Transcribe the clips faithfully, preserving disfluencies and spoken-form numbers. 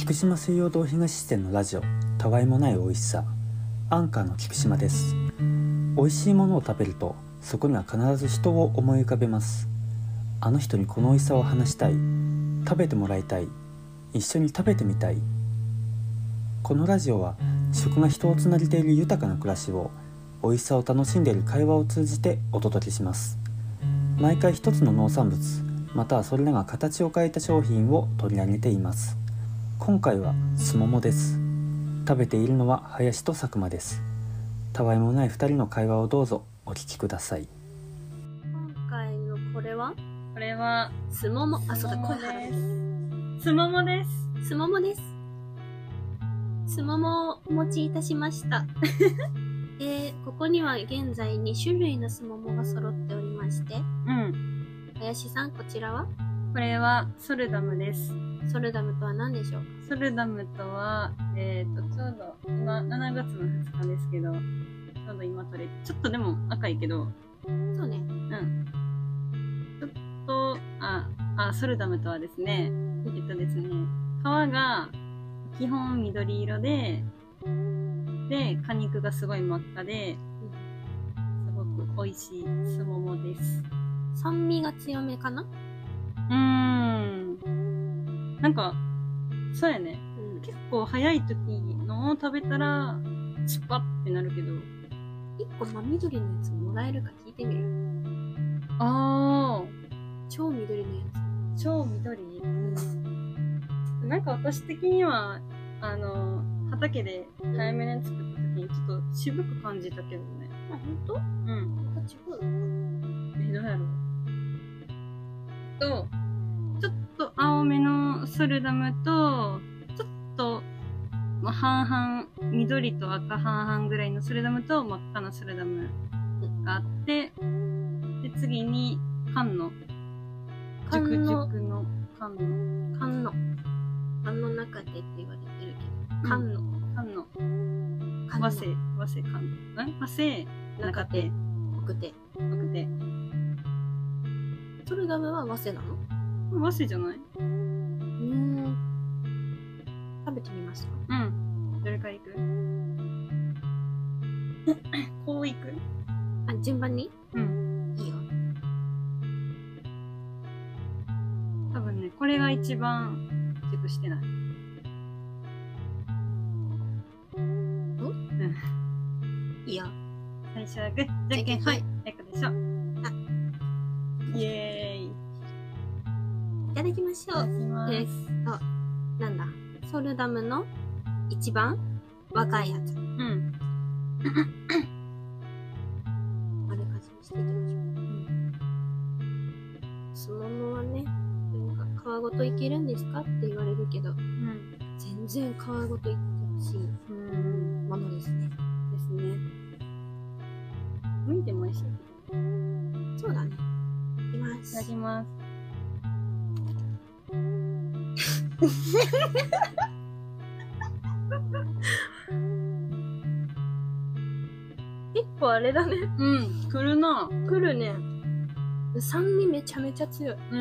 菊島水曜堂東支店のラジオ、たわいもない美味しさ。アンカーの菊島です。美味しいものを食べると、そこには必ず人を思い浮かべます。あの人にこの美味しさを話したい、食べてもらいたい、一緒に食べてみたい。このラジオは食が人をつなげている豊かな暮らしを、美味しさを楽しんでいる会話を通じてお届けします。毎回一つの農産物、またはそれらが形を変えた商品を取り上げています。今回はすももです。食べているのは林と佐久間です。たわいもない二人の会話をどうぞお聞きください。 今回のこれはこれはすもも、あ、そうだ、声張る。 すももです。 すももです。すももをお持ちいたしました。えー、ここには現在に種類のすももが揃っておりまして、 うん。 林さん、こちらはこれはソルダムです。 ソルダムとは何でしょうか？ ソルダムとは、えっと、ちょうど今しちがつのふつかですけど、ちょうど今取れて、ちょっとでも赤いけど、 そうね。 うん。ちょっと、あ、あ、ソルダムとはですね、えっとですね、皮が基本緑色で、で、果肉がすごい真っ赤で、すごく美味しいすももです。 酸味が強めかな？ うーん。なんか、そうやね。 うん。 結構早い時のを食べたら、スパッってなるけど。 一個真緑のやつもらえるか聞いてみる？ あ超緑のやー、超緑、うん、なんか私的には、あの、畑で早めに作った時にちょっと渋く感じたけどね。 つ。あ、ほんと？ うん。 また違うのか。 え、どうやろう。と、ちょっと青めのソルダムと、ちょっと、まあ、半々、緑と赤半々ぐらいのソルダムと真っ赤なソルダムがあって、で、次に缶の、 缶の熟熟の缶の、 缶の。缶の中でって言われてるけど、缶の。 缶の、 缶の和製、和製缶、ん和製、中手、 奥手。 奥手。 ソルダムは和製なの？ 和製じゃない？ うーん。食べてみますか？ うん。どれからいく？こういく？ あ、順番に？ うん。 いいよ。 多分ね、これが一番熟してない。 お？うん。いいよ。 最初はグー、じゃんけんはい。えこでしょ。 あ、 イエーイ。 いただきましょう。 いただきます。 えーっと、なんだ、ソルダムの一番若いやつ。 うん。 丸かじりしていきましょう。うん。すももはね、なんか皮ごといけるんですかって言われるけど、 うん。 全然皮ごといってほしいうん。 ものですね。 ですね。剥いても美味しいけど。 そうだね。いきまいただす。 きます。 結構あれだね。 うん。くるな。 くるね。酸味めちゃめちゃ強い。 うん。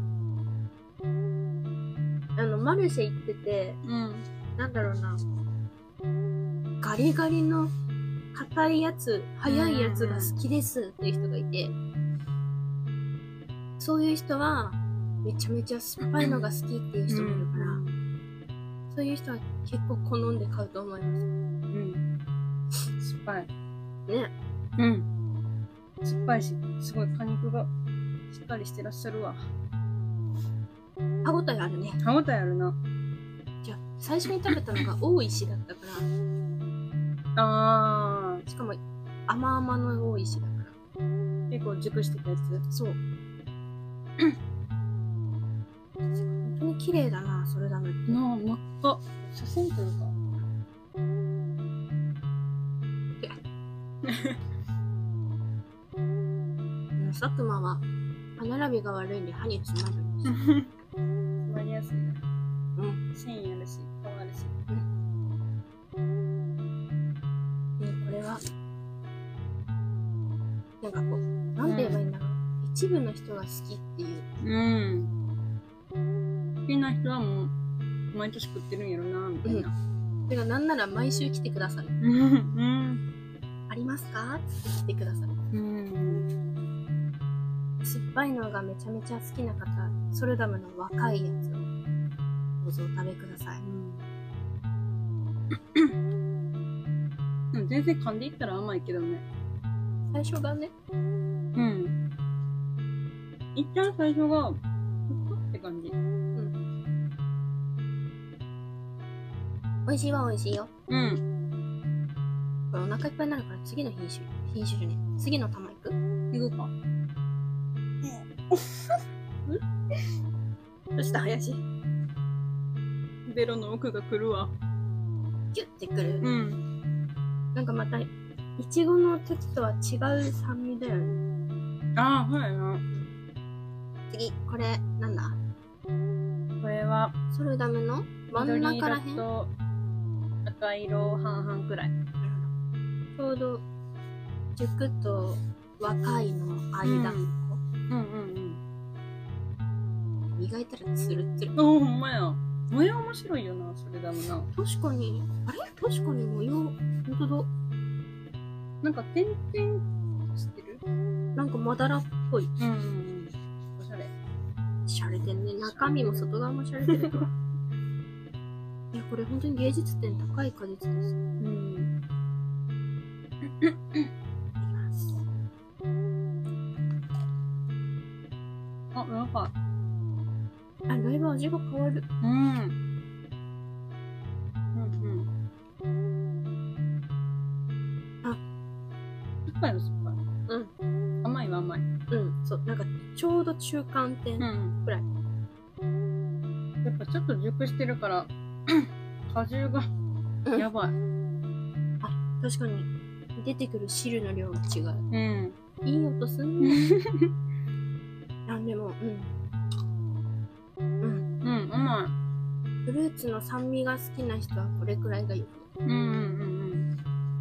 あの、マルシェ行ってて、 うん。 なんだろうな。ガリガリの硬いやつ、早いやつが好きですっていう人がいて、そういう人はめちゃめちゃ酸っぱいのが好きっていう人もいるから、そういう人は結構好んで買うと思います。 うん。酸っぱい。 ね。 うん。酸っぱいし、すごい果肉がしっかりしてらっしゃるわ。 歯ごたえあるね。 歯応えあるな。 じゃあ、最初に食べたのが大石だったから、 あしかも甘々の大石だから。 ー。結構熟してたやつ。 そう。本当に綺麗だな、それだめって。 なあ、真っ赤。写真撮るか。 佐久間は歯並びが悪いんで歯に詰まるんですよ。 詰まりやすいな。 うん。 繊維あるし、皮あるし。 ね、これはなんかこう、なんて言えばいいんだろう、うん、一部の人が好きっていう。 うん。好きな人はもう毎年食ってるんやろなみたいな。 てかなんなら毎週来てくださる。 うんうんありますかって来てくださる。 うん酸っぱいのがめちゃめちゃ好きな方、ソルダムの若いやつをどうぞお食べください。 うん、全然噛んでいったら甘いけどね。 最初がね、 うん。いっちゃん最初が、ふっくって感じ。 美味しいは美味しいよ。 うん。 これお腹いっぱいになるから次の品種、品種じゃね。次の玉いく？ 行くか。 どうした林？ ベロの奥が来るわ。 キュッてくる。 うん。 なんかまた、いちごの時とは違う酸味だよね。 ああ、はいな。 次、これ、なんだ？ これは、 ソルダムの真ん緑中らへん？ 色と赤色半々くらい。 ちょうど、熟と若いの間の子。 うんうん磨いたらツルッツル。 うん。おー、ほんまや。模様面白いよな、それだもんな。 確かに、あれ確かに模様、ほんとだ。 なんか、点々してる？ なんかまだらっぽい。 うんうんうん。おしゃれ。 しゃれてんね。中身も外側もしゃれてるから。いや、これ本当に芸術点高い果実です。 うん。 いきます。 あ、なんか、 あ、だいぶ味が変わる。 うん。うんうん。 あ、 酸っぱいの酸っぱい。 うん。 甘いは甘い。 うん、そう。なんか、ちょうど中間点ん。 くらい。 やっぱちょっと熟してるから、果汁がうんやばい。 確かに、出てくる汁の量が違う。 うん。 いい音すんね。あ、でも、うん。うん。 うん、甘フルーツの酸味が好きな人はこれくらいがいいかも。 い。うんうんうんうん。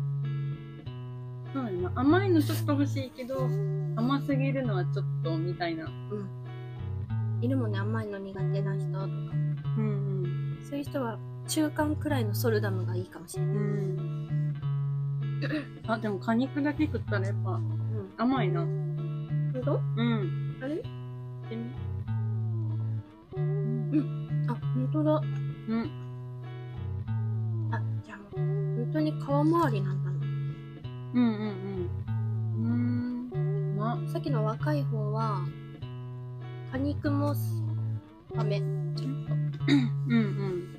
そうやな。甘いのちょっと欲しいけど、甘すぎるのはちょっと、みたいな。 うん。いるもんね、甘いの苦手な人とか。 うんそういう人は中間くらいのソルダムがいいかもしれうん。 ない。 うん。あ、でも果肉だけ食ったらやっぱうん。 甘いな。 ほんと？ うん。 あれ？ でみあ、ほんとだ。 うん。 あ、じゃあもう、ほんとに皮周りなんだな。 うんうんうん。うーん。ま、 さっきの若い方は、果肉もダメ。ちょっと。 うんうん。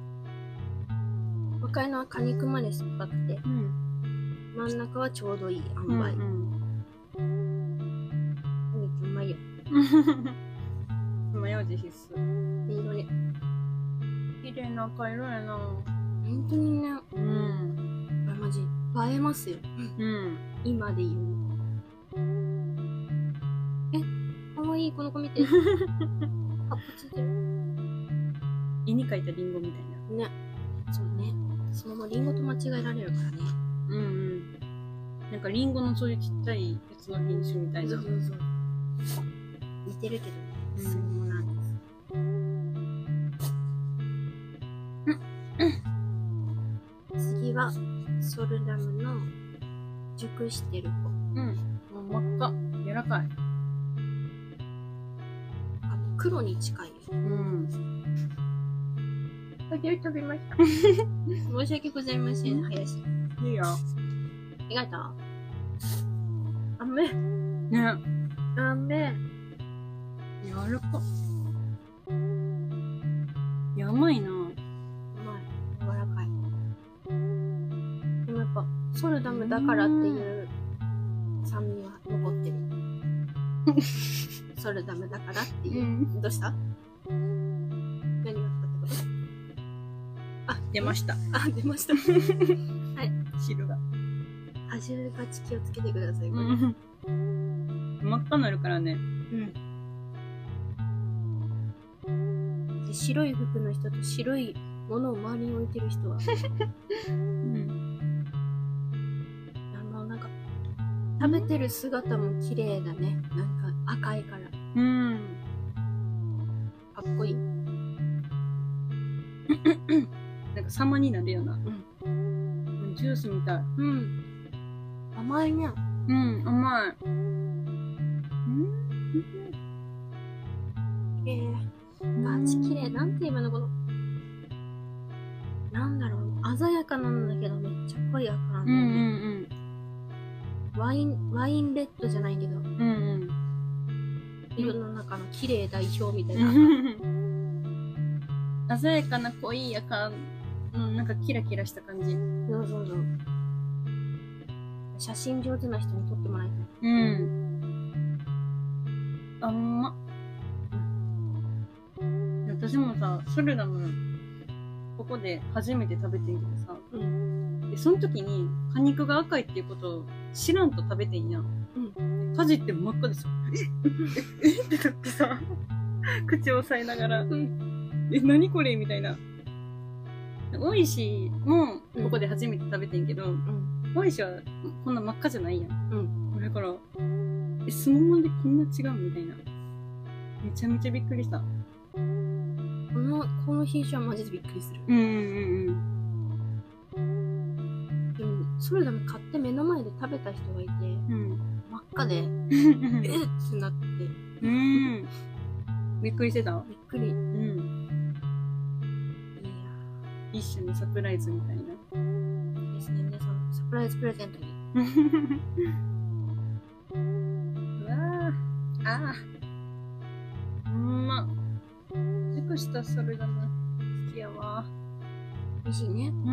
若いのは果肉まで酸っぱくて、 うん。 真ん中はちょうどいい塩うん梅。 うん。 果肉うまいよ。 爪楊枝必須。 ほんとに。 綺麗な赤色やな。 ほんとにね、 うん。 これマジ、映えますよ。 うん。 今で言う。え、かわいい、この子見て。葉っぱついてる。 絵に描いたリンゴみたいな。 ね。そうね。そのままリンゴと間違えられるからね。 うんうん。なんかリンゴのそういうちっちゃい別の品種みたいな。 そうそうそう。似てるけどね。スモモなんです。次は、ソルダムの熟してる子。 うん。もう真っ赤。柔らかい。 あの黒に近いよ。 うん。 先を飛びました。申し訳ございません、林。 いいよ。 意外と雨。 ね。 雨。 柔らか。いや、甘いな。 うまい。柔らかい。でもやっぱ、ソルダムだからっていう酸味は残ってる。ソルダムだからっていう。 ん。 どうした何があったってことあ、 出ました。 あ、出ました。はい。 汁が。 果汁がち気をつけてください。これうん。真っ赤になるからね。 うん。で白い服の人と白いものを周りに置いてる人は、 うん。 あの、なんか、食べてる姿も綺麗だね。なんか赤いから。 うん。 かっこいい。 なんか様になるような。 うん。 ジュースみたい。 うん。甘いね。 うん、甘い。うん。 えー、ガチ綺麗。なんて言えばいいのこの。なんだろう。鮮やかなんだけどめっちゃ濃い赤なんだよね。 うんうんワイン、ワインレッドじゃないけど、 うん。うんうん。 色の中の綺麗代表みたいな。 鮮やかな濃い赤のなんかキラキラした感じ。 そうそうそう。写真上手な人に撮ってもらいたい。 うん。あんま。私もさ、ソルダム、ここで初めて食べてんけどさ、 うん。 でその時に果肉が赤いっていうことを知らんと食べてんやん。 うん。 かじって真っ赤ですよ。ええってなってさ、口を押さえながら、 うん。 え、何これみたいな。おいしいもここで初めて食べてんけど、 うん。 おいしはこんな真っ赤じゃないやん。 うん。 だから、え、スモモでこんな違うみたいな。めちゃめちゃびっくりした。 この、この品種はマジでびっくりする。 うんうんでも、それでも買って目の前で食べた人がいて、 うん。うん。 真っ赤で、えっってなって、 うん。びっくりしてた。 びっくり。いやうん。一種のサプライズみたいな。 いいですね。皆さん、サプライズプレゼントに。 うわぁ。ああ。うんま。熟したソルダム好きやわ。 美味しいね。 うん。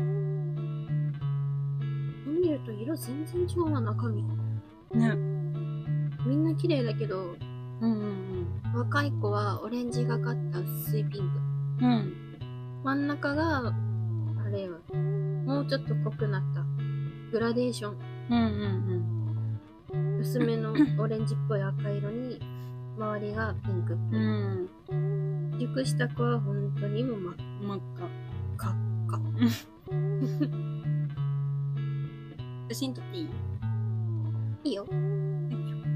見ると色全然違うな、中身。 ね。 みんな綺麗だけど、 うんうん若い子はオレンジがかった薄いピンク。 うん。うん。 真ん中が、あれよ、もうちょっと濃くなったグラデーション。 うんうん薄めのオレンジっぽい赤色に、周りがピンクっぽうい。 ん。 熟した子は本当にもう真っ真っ赤。 赤。 写真撮っていい？ いいよ。ん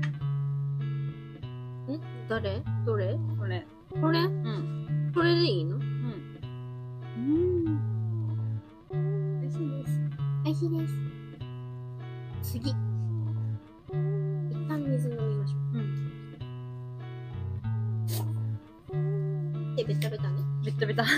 誰どれこれ。 これうん。 これでいいのうん。うん。美味しいです。 美味しいです。次。一旦水飲みましょうん。 う。で、ベタベタね。 ベタベタ。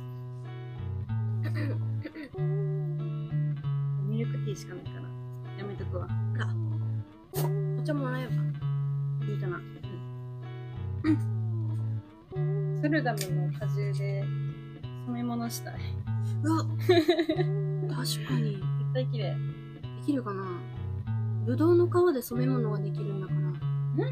ミルクティーしかないから、やめとくわ。 あ、お茶もらえば。 いいかな。うん。ソルダムの果汁で染め物したい。 うわ確かに。 絶対綺麗。 できるかなぶどうの皮で染め物ができるんだから。 うん。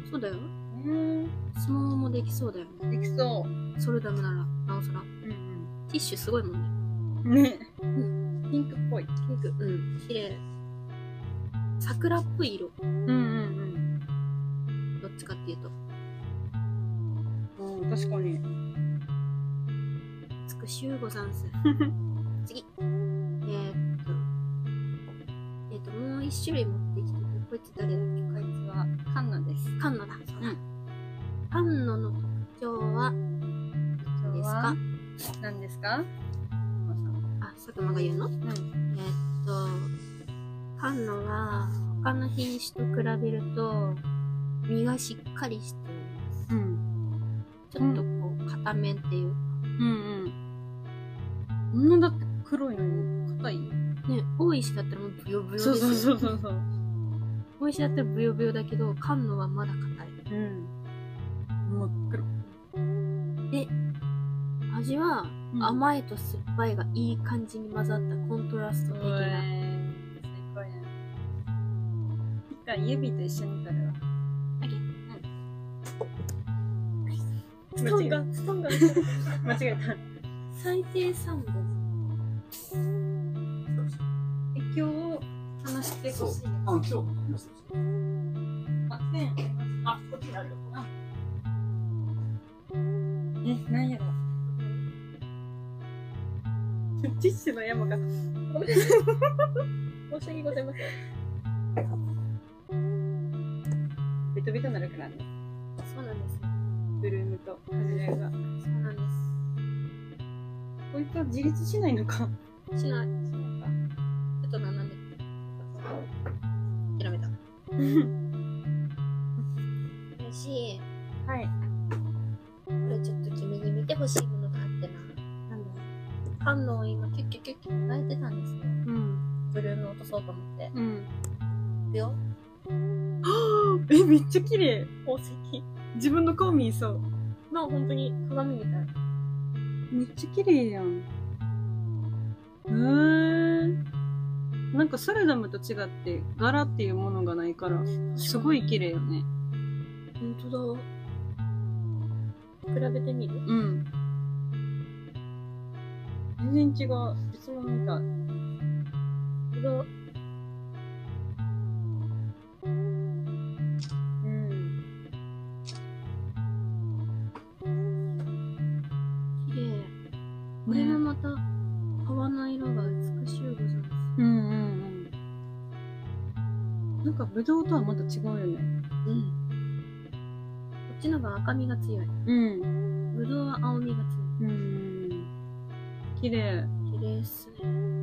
そうだよ。 うん。 スモモもできそうだよね。 できそう。 ソルダムなら、なおさら。 うんティッシュすごいもんね。 うん。ね。ピンクっぽい。 ピンク。うん。綺麗。桜っぽい色。 うんうんどっちかっていうと。 うん。うん、確かに。 つくしゅうござんす。次。えー、っと。えー、っと、もう一種類持ってきてて、こいつ誰だっけこいつはカンナです。 カンノだ。そうだ。 うんカンノの特徴は何ですか？ 何ですか？ あ、佐久間が言うの？ うん。 えー、っと、カンノは他の品種と比べると実がしっかりしています。 うん。 ちょっとこう硬めっていうか。 うんうん。こんなだって黒いのに硬い？ ね、大石だったらもうブヨブヨですよ。 そうそうそうそうそう。 大石だったらブヨブヨだけど、カンノはまだ硬い。 うん。真っ黒。 で、味はうん甘いと酸っぱいがいい感じに混ざったコントラスト的な。 最高やん。一回指と一緒に取るわ。 あげ。 うん。 ストンが、ストンが。 間違えた。 最低さんぼん。 え、今日話してほしい。 あ、今日話してほしい。 あ、ペン。 あ、こっちにあるよ。 え、なんやろ。ティッシュの山が。 ごめんなさい。申し訳ございません。 ベトベトになるからね。 そうなんですよ。 ブルームと果汁が。 そうなんです。 こいつは自立しないのか。 しない。ちょっとなんなんで。諦めた。よし、 はい。 これちょっと君に見てほしいものがあってな。 なんだ。 パンのを今キュッキュッキュッキュ磨いてたんですよ。 うん。 ブルーム落とそうと思って。 うん。 いくよ。 え、めっちゃ綺麗。 宝石。 自分の顔見えそう。 まあ本当に鏡みたい。 めっちゃ綺麗やん。へー。なんかサルダムと違って柄っていうものがないからすごい綺麗よね。 本当だ。比べてみる？ うん。全然違う。別物みたい。 これはうん。 綺麗。これもまた皮の色が美しゅうございます。 うんうんうん。なんかブドウとはまた違うよね。 うん。こっちのが赤みが強い。 うん。 ぶどうは青みが強い。 うん。綺麗。 綺麗っすね。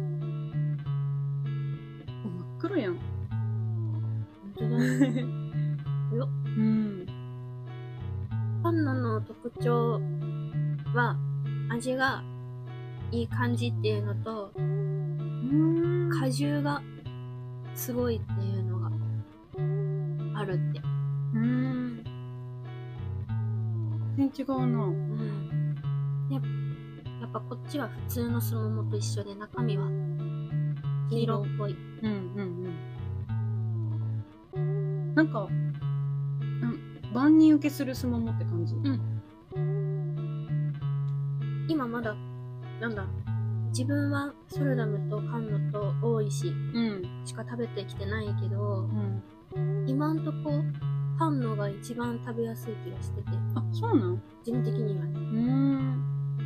真っ黒やん。 本当だ。よ。 うん。 パンナの特徴は味がいい感じっていうのと、 うん。 果汁がすごいっていうのがあるって。 うん。全然違うな。 うん。やっぱやっぱこっちは普通のすももと一緒で中身は黄色っぽい。 うんうんうん。なんか、うん、万人受けするすももって感じ。 うん。今まだ、なんだ、自分はソルダムとカンノと大石うん。 しか食べてきてないけど、 うん。 今んとこカンノが一番食べやすい気がしてて、 あ、そうなん？ 自分的にはね。 うーん。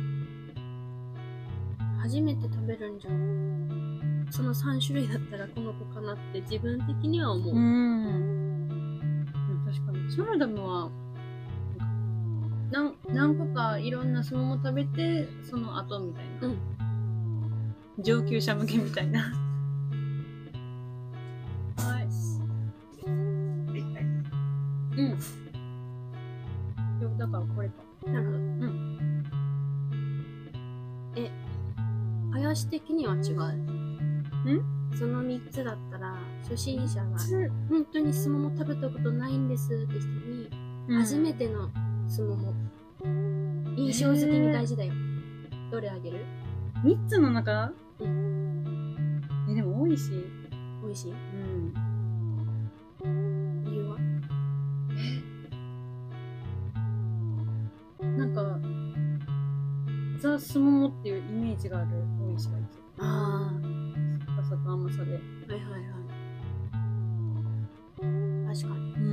初めて食べるんじゃん。そのさん種類だったらこの子かなって自分的には思う。 うーん。確かに。ソルダムは、何、何個かいろんなすもも食べて、その後みたいな。 うん。 上級者向けみたいな。はい。うん。よだからこれか。 なるほど。 うん。 え、林的には違う。 ん？ そのみっつだったら、初心者が、本当にすもも食べたことないんですって人に、 うん、 初めてのすもも。印象的に大事だよ。どれあげる？ みっつの中？ うえ、でも多いし。 美味しい？ うん。 理由は？ なんか、ザ・スモモっていうイメージがある多いしがいつ。 ああ。 酸っぱさと甘さで。 はいはいはい。確かに。 うん。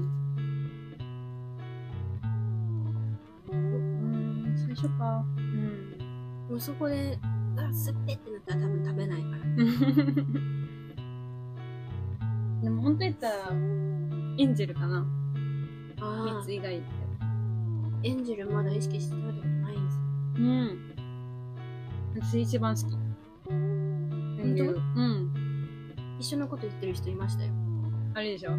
うん、最初か。うん。 もうそこで、あ、すっぺってなったら多分食べないから。 でも本当言ったら、エンジェルかな。 あみっつ以外って。 エンジェルまだ意識して食べたことないんですよ。 うん。私一番好き。 本当？ うん。 一緒のこと言ってる人いましたよ。 あれでしょ？ うん。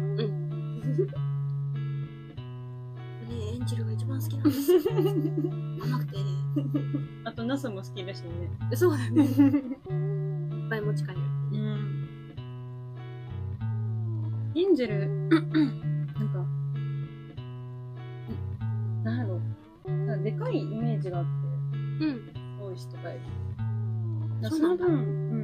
ね、エンジェルが一番好きなんですよ。甘くてね。 あとナスも好きだしね。 そうだね。いっぱい持ち帰る。 うん。エンジェル、なんか、なんやろ、なんかでかいイメージがあって、 うん。 大石とかより。 そうなんだ。 その分、うん、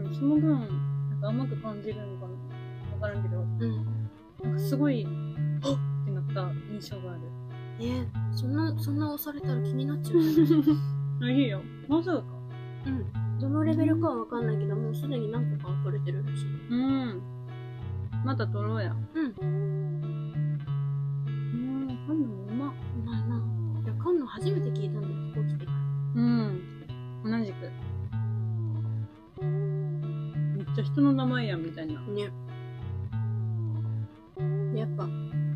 その分、なんか甘く感じるのかなわからんけど、 うん。 なんかすごい、はっってなった印象がある。 えー、そんな、そんな押されたら気になっちゃう。 あ、いいよ。もうすぐか。 うん。どのレベルかはわかんないけど、もうすでに何個かは取れてるらしい。 うん。また取ろうや。 うん。 うん、カンノもうま。 うまいな。いや、カンノ初めて聞いたんだよ、ここ来てから。 うん。同じく。めっちゃ人の名前やんみたいな。 ね。やっぱ、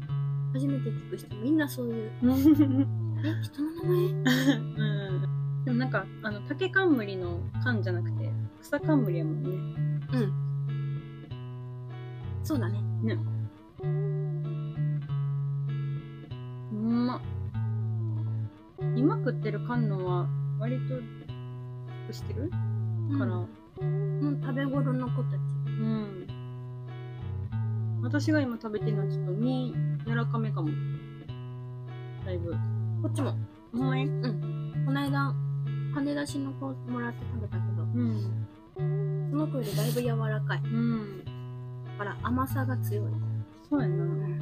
初めて聞く人みんなそういう。え、人の名前？ うん。でもなんか、あの、竹冠の冠じゃなくて、草冠やもんね。 うん。そうだね。 ね。うんま。今食ってる観音は、割と、熟してるから、 うん、もう食べ頃の子たち。 うん。私が今食べてるのはちょっと身柔らかめかも。だいぶ。 こっちも。 ほんまに？ うん。この間、羽出しの子もらって食べたけど、 うん。 その子よりだいぶ柔らかい。 うん。 だから甘さが強い。 そうやな。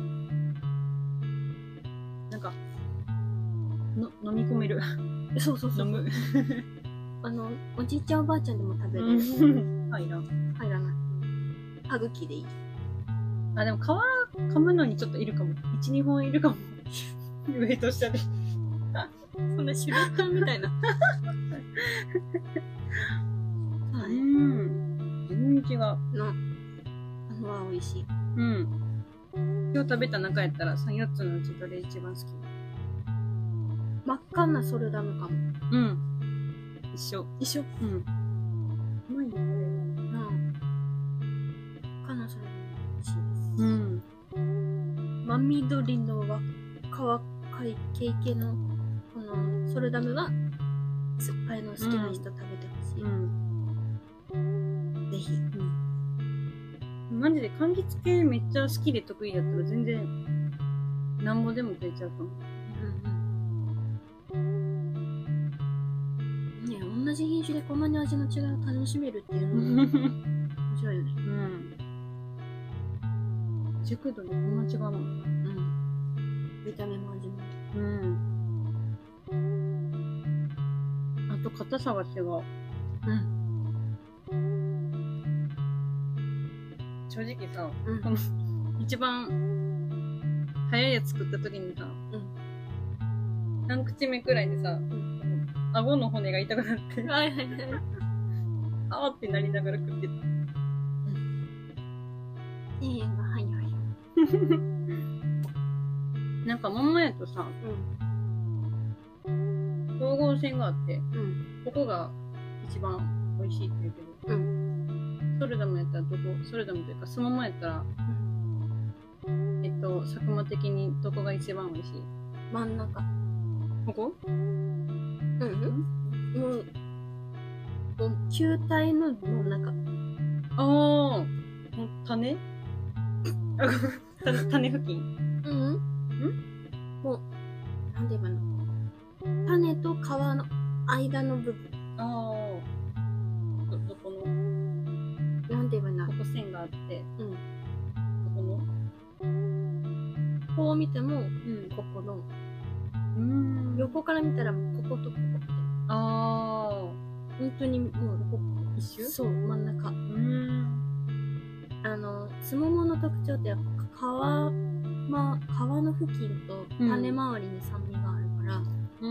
なんか、の飲み込める。 そうそうそう。 飲む。 あの、おじいちゃんおばあちゃんでも食べれる。 入らん。 入らない。歯茎でいい。 あ、でも皮噛むのにちょっといるかも。いち、にほんいるかも。上と下で。 そんなシュレッダーみたいな。 うん。全然違う。 の、あのは美味しい。 うん。今日食べた中やったらさん、よっつのうちどれ一番好き？ 真っ赤なソルダムかも。 うん。一緒。 一緒。 うん。うまいね、これは。 なあ。真っ赤なソルダム美味しいです。 うん。 真緑のは乾いケーキのこのソルダムは酸っぱいの好きな人食べてほしい。 うん。 ぜひ。 うん。マジで柑橘系めっちゃ好きで得意だったら全然なんぼでも食えちゃうかも。 うんうん。ねえ、同じ品種でこんなに味の違いを楽しめるっていうのも面白いよね。 うん。熟度でこんな違うもんな。 うん。見た目も味も。 うん。あと硬さが違う。 うん。 正直さ、 うん、 この一番早いやつ作った時にさ、 うん、 何口目くらいでさ、うん、顎の骨が痛くなって、 はいはいはい。 あーってなりながら食ってた。うん。 ええがはいはい。 なんか桃やとさ、うん、光合成があって、うん、ここが一番美味しいって言うけど、うん、ソルダムやったらどこ、ソルダムというかスモモやったら、うん、えっと佐久間的にどこが一番美味しい？ 真ん中。 ここ？ うん、うん、もうもう球体の真ん中。 ああ、種？あ、種種付近？ うん。ん？もうなんで言えばいいの？種と皮の間の部分。 ああ。どどこの？ なんて言えばいいんだ。 ここ線があって。うん。ここの？ こう見ても、うん、ここの。うん。横から見たらこことここって。ああ。本当にもうここ一周？そう、真ん中。うん。あの、スモモの特徴ってやっぱ皮、まあ、皮の付近と種周りに酸味があるから、うん、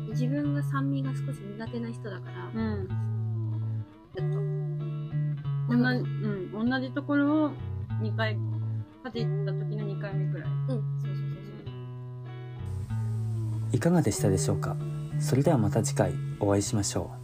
自分が酸味が少し苦手な人だから、うん、ちょっと同じ、うん、同じところをにかいかじった時のにかいめくらい。うん、そうそうそうそう。 いかがでしたでしょうか。それではまた次回お会いしましょう。